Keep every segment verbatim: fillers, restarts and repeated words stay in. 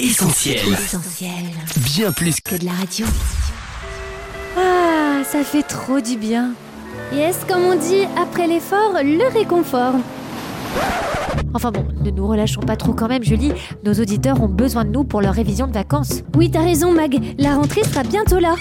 Essentiel. Essentiel. Bien plus que de la radio. Ah, ça fait trop du bien. Yes, comme on dit, après l'effort, le réconfort. Enfin bon, ne nous relâchons pas trop quand même, Julie. Nos auditeurs ont besoin de nous pour leur révision de vacances. Oui, t'as raison, Mag. La rentrée sera bientôt là.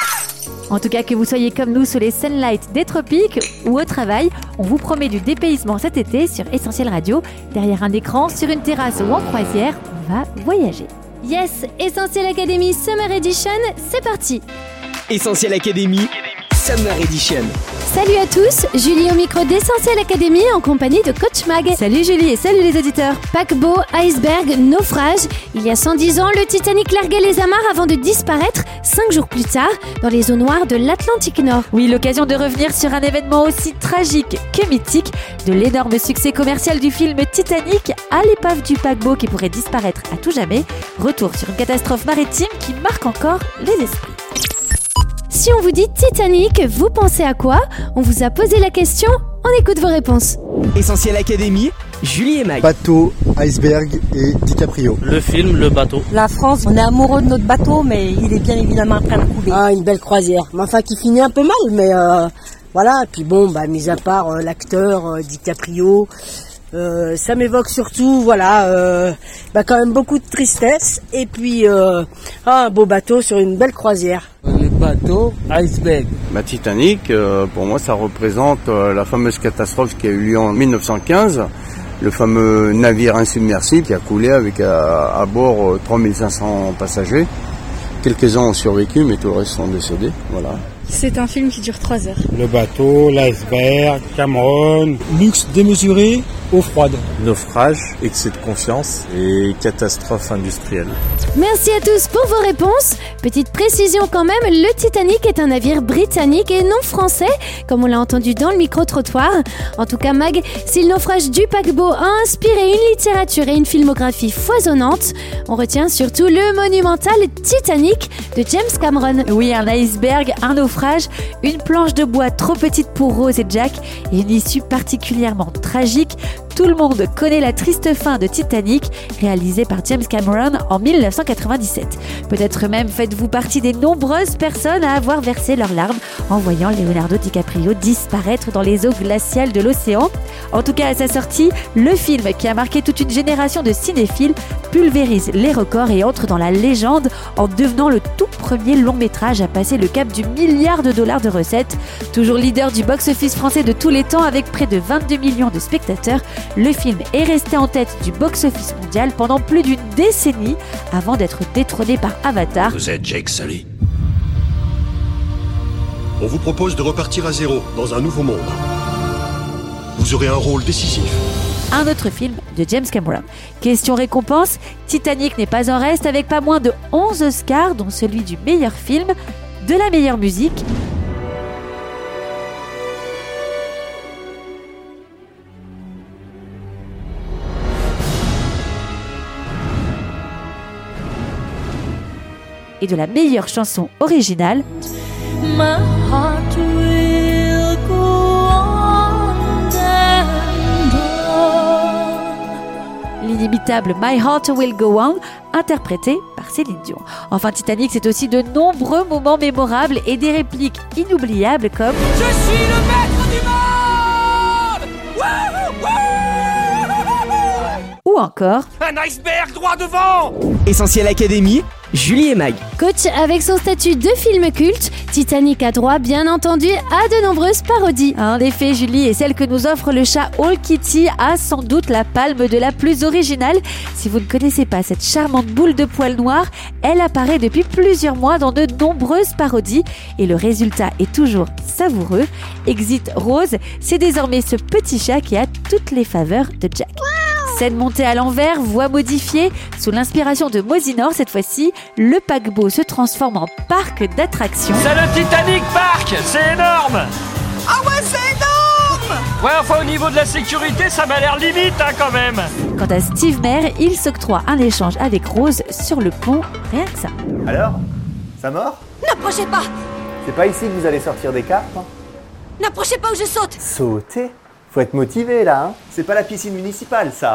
En tout cas, que vous soyez comme nous sous les sunlights des tropiques ou au travail, on vous promet du dépaysement cet été sur Essentiel Radio. Derrière un écran, sur une terrasse ou en croisière, on va voyager. Yes, Essentiel Academy Summer Edition, c'est parti. Essentiel Academy Summer Edition. Salut à tous, Julie au micro d'Essentiel Academy en compagnie de Coach Mag. Salut Julie et salut les auditeurs. Paquebot, iceberg, naufrage. Il y a cent dix ans, le Titanic larguait les amarres avant de disparaître cinq jours plus tard dans les eaux noires de l'Atlantique Nord. Oui, l'occasion de revenir sur un événement aussi tragique que mythique, de l'énorme succès commercial du film Titanic à l'épave du paquebot qui pourrait disparaître à tout jamais. Retour sur une catastrophe maritime qui marque encore les esprits. Si on vous dit Titanic, vous pensez à quoi? On vous a posé la question, on écoute vos réponses. Essentiel Academy, Julie et Mag. Bateau, iceberg et DiCaprio. Le film, le bateau. La France, on est amoureux de notre bateau, mais il est bien évidemment en train de couler. Ah, une belle croisière. Mais enfin, qui finit un peu mal, mais euh, voilà. Et puis bon, bah, mis à part euh, l'acteur euh, DiCaprio, euh, ça m'évoque surtout, voilà, euh, bah, quand même beaucoup de tristesse. Et puis, euh, ah, un beau bateau sur une belle croisière. Le bateau, iceberg. Bah, Titanic, euh, pour moi, ça représente euh, la fameuse catastrophe qui a eu lieu en mille neuf cent quinze. Le fameux navire insubmersible qui a coulé avec à, à bord euh, trois mille cinq cents passagers. Quelques-uns ont survécu, mais tout le reste sont décédés. Voilà. C'est un film qui dure trois heures. Le bateau, l'iceberg, Cameron. Luxe démesuré, eau froide. Naufrage, excès de confiance et catastrophe industrielle. Merci à tous pour vos réponses. Petite précision quand même, le Titanic est un navire britannique et non français, comme on l'a entendu dans le micro-trottoir. En tout cas, Mag, si le naufrage du paquebot a inspiré une littérature et une filmographie foisonnante, on retient surtout le monumental Titanic de James Cameron. Oui, un iceberg, un naufrage, une planche de bois trop petite pour Rose et Jack et une issue particulièrement tragique. Tout le monde connaît la triste fin de Titanic, réalisée par James Cameron en mille neuf cent quatre-vingt-dix-sept. Peut-être même faites-vous partie des nombreuses personnes à avoir versé leurs larmes en voyant Leonardo DiCaprio disparaître dans les eaux glaciales de l'océan. En tout cas, à sa sortie, le film qui a marqué toute une génération de cinéphiles pulvérise les records et entre dans la légende en devenant le tout premier long métrage à passer le cap du milliard de dollars de recettes. Toujours leader du box-office français de tous les temps avec près de vingt-deux millions de spectateurs, le film est resté en tête du box-office mondial pendant plus d'une décennie avant d'être détrôné par Avatar. Vous êtes Jake Sully. On vous propose de repartir à zéro dans un nouveau monde. Vous aurez un rôle décisif. Un autre film de James Cameron. Question récompense, Titanic n'est pas en reste avec pas moins de onze Oscars, dont celui du meilleur film, de la meilleure musique, et de la meilleure chanson originale. My heart will go on and on. L'inimitable My Heart Will Go On, interprété par Céline Dion. Enfin, Titanic, c'est aussi de nombreux moments mémorables et des répliques inoubliables comme « Je suis le maître du monde !» ou encore « Un iceberg droit devant !» Essentiel Academy, Julie et Mag. Coach, avec son statut de film culte, Titanic a droit, bien entendu, à de nombreuses parodies. En effet, Julie, et celle que nous offre le chat All Kitty a sans doute la palme de la plus originale. Si vous ne connaissez pas cette charmante boule de poils noirs, elle apparaît depuis plusieurs mois dans de nombreuses parodies et le résultat est toujours savoureux. Exit Rose, c'est désormais ce petit chat qui a toutes les faveurs de Jack. Scène montée à l'envers, voix modifiée, sous l'inspiration de Mosinor cette fois-ci, le paquebot se transforme en parc d'attractions. C'est le Titanic Park, c'est énorme. Ah ouais, c'est énorme. Ouais, enfin au niveau de la sécurité, ça m'a l'air limite hein, quand même. Quant à Steve Mayer, il s'octroie un échange avec Rose sur le pont, rien que ça. Alors, ça mord? N'approchez pas. C'est pas ici que vous allez sortir des cartes hein? N'approchez pas ou je saute. Sauter? Faut être motivé là, hein. C'est pas la piscine municipale ça, hein.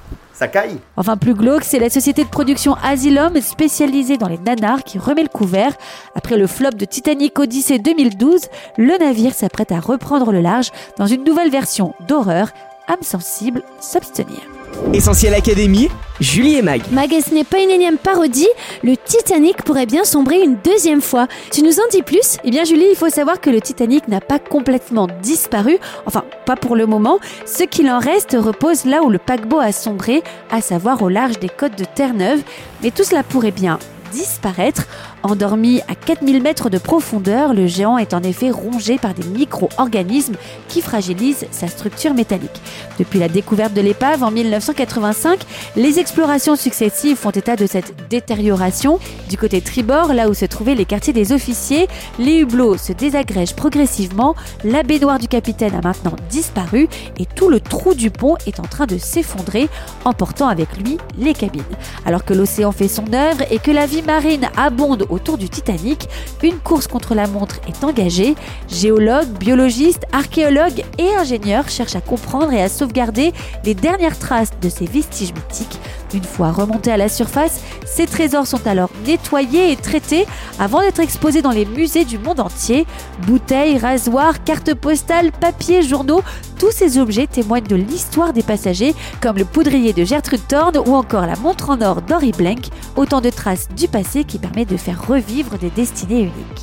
Ça caille? Enfin, plus glauque, c'est la société de production Asylum, spécialisée dans les nanars, qui remet le couvert. Après le flop de Titanic Odyssey deux mille douze, le navire s'apprête à reprendre le large dans une nouvelle version d'horreur. Âme sensible, s'abstenir. Essentiel Académie, Julie et Mag. Mag, ce n'est pas une énième parodie. Le Titanic pourrait bien sombrer une deuxième fois. Tu nous en dis plus? Eh bien Julie, il faut savoir que le Titanic n'a pas complètement disparu. Enfin, pas pour le moment. Ce qu'il en reste repose là où le paquebot a sombré, à savoir au large des côtes de Terre-Neuve. Mais tout cela pourrait bien disparaître. Endormi à quatre mille mètres de profondeur, le géant est en effet rongé par des micro-organismes qui fragilisent sa structure métallique. Depuis la découverte de l'épave en mille neuf cent quatre-vingt-cinq, les explorations successives font état de cette détérioration. Du côté tribord, là où se trouvaient les quartiers des officiers, les hublots se désagrègent progressivement, la baignoire du capitaine a maintenant disparu et tout le trou du pont est en train de s'effondrer, emportant avec lui les cabines. Alors que l'océan fait son œuvre et que la vie marine abonde autour du Titanic, une course contre la montre est engagée. Géologues, biologistes, archéologues et ingénieurs cherchent à comprendre et à sauvegarder les dernières traces de ces vestiges mythiques. Une fois remontés à la surface, ces trésors sont alors nettoyés et traités avant d'être exposés dans les musées du monde entier. Bouteilles, rasoirs, cartes postales, papiers, journaux, tous ces objets témoignent de l'histoire des passagers, comme le poudrier de Gertrude Thorne ou encore la montre en or d'Henri Blank, autant de traces du passé qui permet de faire revivre des destinées uniques.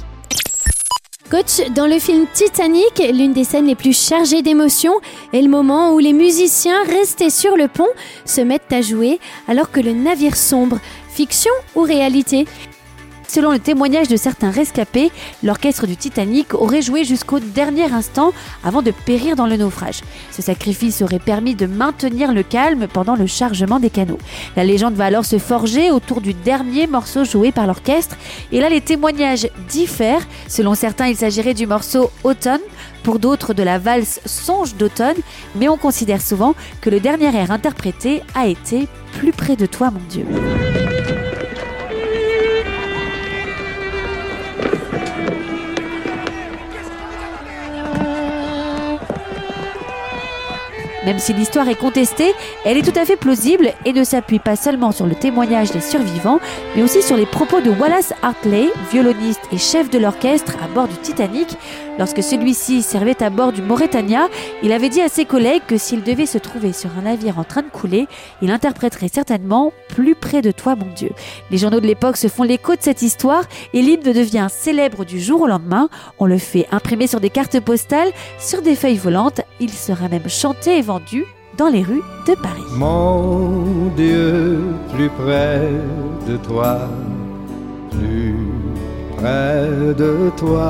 Coach, dans le film Titanic, l'une des scènes les plus chargées d'émotions est le moment où les musiciens restés sur le pont se mettent à jouer alors que le navire sombre. Fiction ou réalité ? Selon le témoignage de certains rescapés, l'orchestre du Titanic aurait joué jusqu'au dernier instant avant de périr dans le naufrage. Ce sacrifice aurait permis de maintenir le calme pendant le chargement des canots. La légende va alors se forger autour du dernier morceau joué par l'orchestre. Et là, les témoignages diffèrent. Selon certains, il s'agirait du morceau Automne, pour d'autres de la valse Songe d'automne, mais on considère souvent que le dernier air interprété a été Plus près de toi, mon Dieu. Même si l'histoire est contestée, elle est tout à fait plausible et ne s'appuie pas seulement sur le témoignage des survivants, mais aussi sur les propos de Wallace Hartley, violoniste et chef de l'orchestre à bord du Titanic. Lorsque celui-ci servait à bord du Mauretania, il avait dit à ses collègues que s'il devait se trouver sur un navire en train de couler, il interpréterait certainement « Plus près de toi, mon Dieu ». Les journaux de l'époque se font l'écho de cette histoire et l'hymne devient célèbre du jour au lendemain. On le fait imprimer sur des cartes postales, sur des feuilles volantes. Il sera même chanté et vendu dans les rues de Paris. Mon Dieu, plus près de toi, plus près de toi,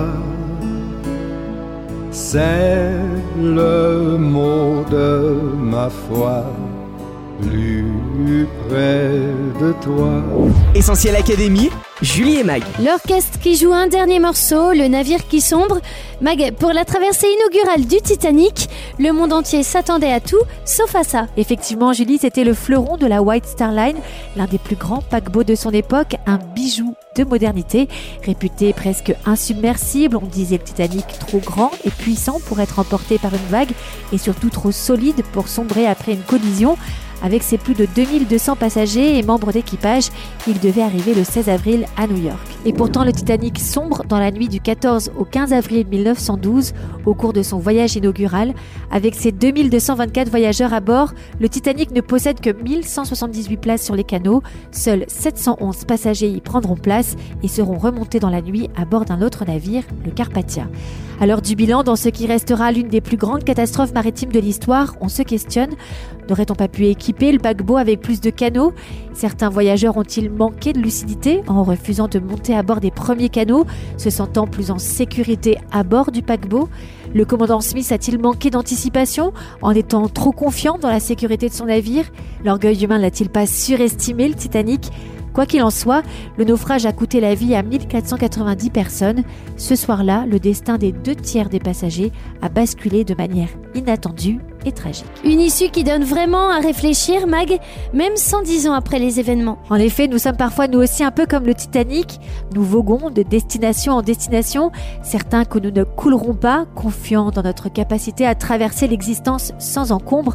c'est le mot de ma foi, plus près de toi. Essentiel Académie, Julie et Mag. L'orchestre qui joue un dernier morceau, le navire qui sombre. Mag, pour la traversée inaugurale du Titanic, le monde entier s'attendait à tout, sauf à ça. Effectivement, Julie, c'était le fleuron de la White Star Line, l'un des plus grands paquebots de son époque, un bijou de modernité. Réputé presque insubmersible, on disait le Titanic trop grand et puissant pour être emporté par une vague et surtout trop solide pour sombrer après une collision. Avec ses plus de deux mille deux cents passagers et membres d'équipage, il devait arriver le seize avril à New York. Et pourtant, le Titanic sombre dans la nuit du quatorze au quinze avril mille neuf cent douze, au cours de son voyage inaugural. Avec ses deux mille deux cent vingt-quatre voyageurs à bord, le Titanic ne possède que mille cent soixante-dix-huit places sur les canots. Seuls sept cent onze passagers y prendront place et seront remontés dans la nuit à bord d'un autre navire, le Carpathia. À l'heure du bilan, dans ce qui restera l'une des plus grandes catastrophes maritimes de l'histoire, on se questionne. N'aurait-on pas pu équiper le paquebot avec plus de canots ? Certains voyageurs ont-ils manqué de lucidité en refusant de monter à bord des premiers canots, se sentant plus en sécurité à bord du paquebot ? Le commandant Smith a-t-il manqué d'anticipation en étant trop confiant dans la sécurité de son navire ? L'orgueil humain n'a-t-il pas surestimé le Titanic ? Quoi qu'il en soit, le naufrage a coûté la vie à mille quatre cent quatre-vingt-dix personnes. Ce soir-là, le destin des deux tiers des passagers a basculé de manière inattendue et tragique. Une issue qui donne vraiment à réfléchir, Mag, même cent dix ans après les événements. En effet, nous sommes parfois nous aussi un peu comme le Titanic. Nous voguons de destination en destination, certains que nous ne coulerons pas, confiants dans notre capacité à traverser l'existence sans encombre.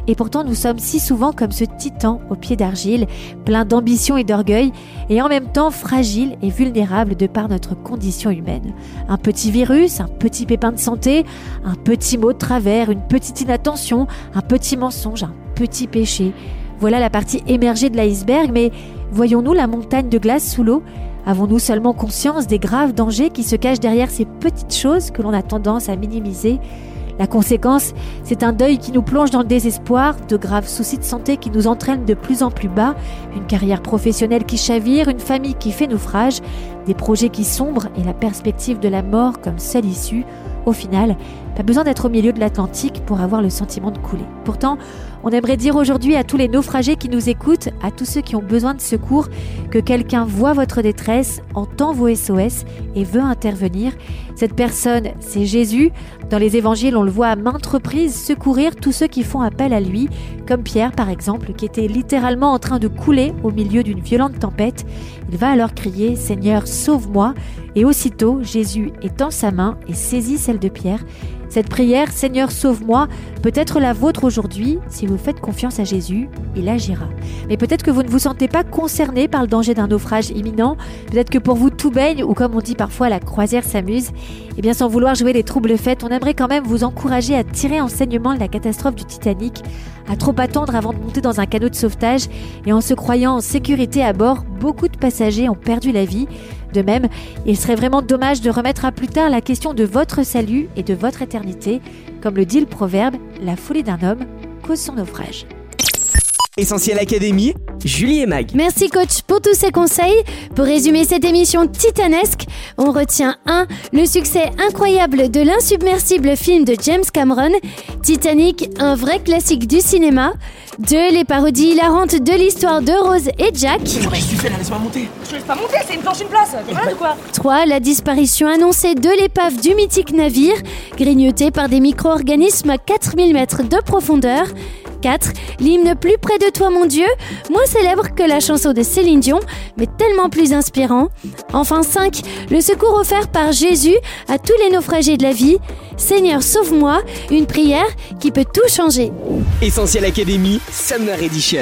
Et pourtant, nous sommes si souvent comme ce titan au pied d'argile, plein d'ambition et d'orgueil, et en même temps fragile et vulnérable de par notre condition humaine. Un petit virus, un petit pépin de santé, un petit mot de travers, une petite inattention, un petit mensonge, un petit péché. Voilà la partie émergée de l'iceberg, mais voyons-nous la montagne de glace sous l'eau ? Avons-nous seulement conscience des graves dangers qui se cachent derrière ces petites choses que l'on a tendance à minimiser ? La conséquence, c'est un deuil qui nous plonge dans le désespoir, de graves soucis de santé qui nous entraînent de plus en plus bas, une carrière professionnelle qui chavire, une famille qui fait naufrage, des projets qui sombrent et la perspective de la mort comme seule issue. Au final, pas besoin d'être au milieu de l'Atlantique pour avoir le sentiment de couler. Pourtant, on aimerait dire aujourd'hui à tous les naufragés qui nous écoutent, à tous ceux qui ont besoin de secours, que quelqu'un voit votre détresse, entend vos S O S et veut intervenir. Cette personne, c'est Jésus. Dans les évangiles, on le voit à maintes reprises secourir tous ceux qui font appel à lui, comme Pierre par exemple, qui était littéralement en train de couler au milieu d'une violente tempête. Il va alors crier « Seigneur, sauve-moi !» Et aussitôt, Jésus étend sa main et saisit celle de Pierre. Cette prière, Seigneur, sauve-moi, peut être la vôtre aujourd'hui. Si vous faites confiance à Jésus, il agira. Mais peut-être que vous ne vous sentez pas concerné par le danger d'un naufrage imminent. Peut-être que pour vous, tout baigne, ou comme on dit parfois, la croisière s'amuse. Eh bien, sans vouloir jouer les troubles faits, on aimerait quand même vous encourager à tirer enseignement de la catastrophe du Titanic, à trop attendre avant de monter dans un canot de sauvetage. Et en se croyant en sécurité à bord, beaucoup de passagers ont perdu la vie. De même, il serait vraiment dommage de remettre à plus tard la question de votre salut et de votre éternité. Comme le dit le proverbe, la folie d'un homme cause son naufrage. Essentiel Académie, Julie et Mag. Merci coach pour tous ces conseils. Pour résumer cette émission titanesque, on retient un Le succès incroyable de l'insubmersible film de James Cameron. Titanic, un vrai classique du cinéma. deux Les parodies hilarantes de l'histoire de Rose et Jack. Qu'est-ce que tu fais là? Laisse-moi monter. Je laisse pas monter, c'est une planche, une place. T'es malade ou quoi? trois La disparition annoncée de l'épave du mythique navire, grignotée par des micro-organismes à quatre mille mètres de profondeur. quatre L'hymne Plus près de toi mon Dieu, moins célèbre que la chanson de Céline Dion, mais tellement plus inspirant. Enfin cinq Le secours offert par Jésus à tous les naufragés de la vie. Seigneur, sauve-moi, une prière qui peut tout changer. Essentiel Académie, Summer Edition.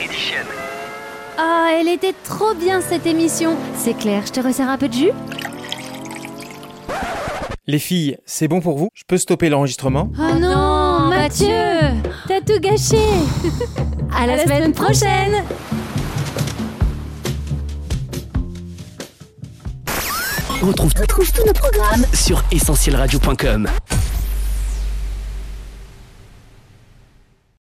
Ah, elle était trop bien cette émission. C'est clair, je te resserre un peu de jus? Les filles, c'est bon pour vous? Je peux stopper l'enregistrement? Oh non, Mathieu, t'as tout gâché. À la, à la semaine, semaine prochaine. On retrouve, retrouve tous nos programmes sur essentiel radio point com.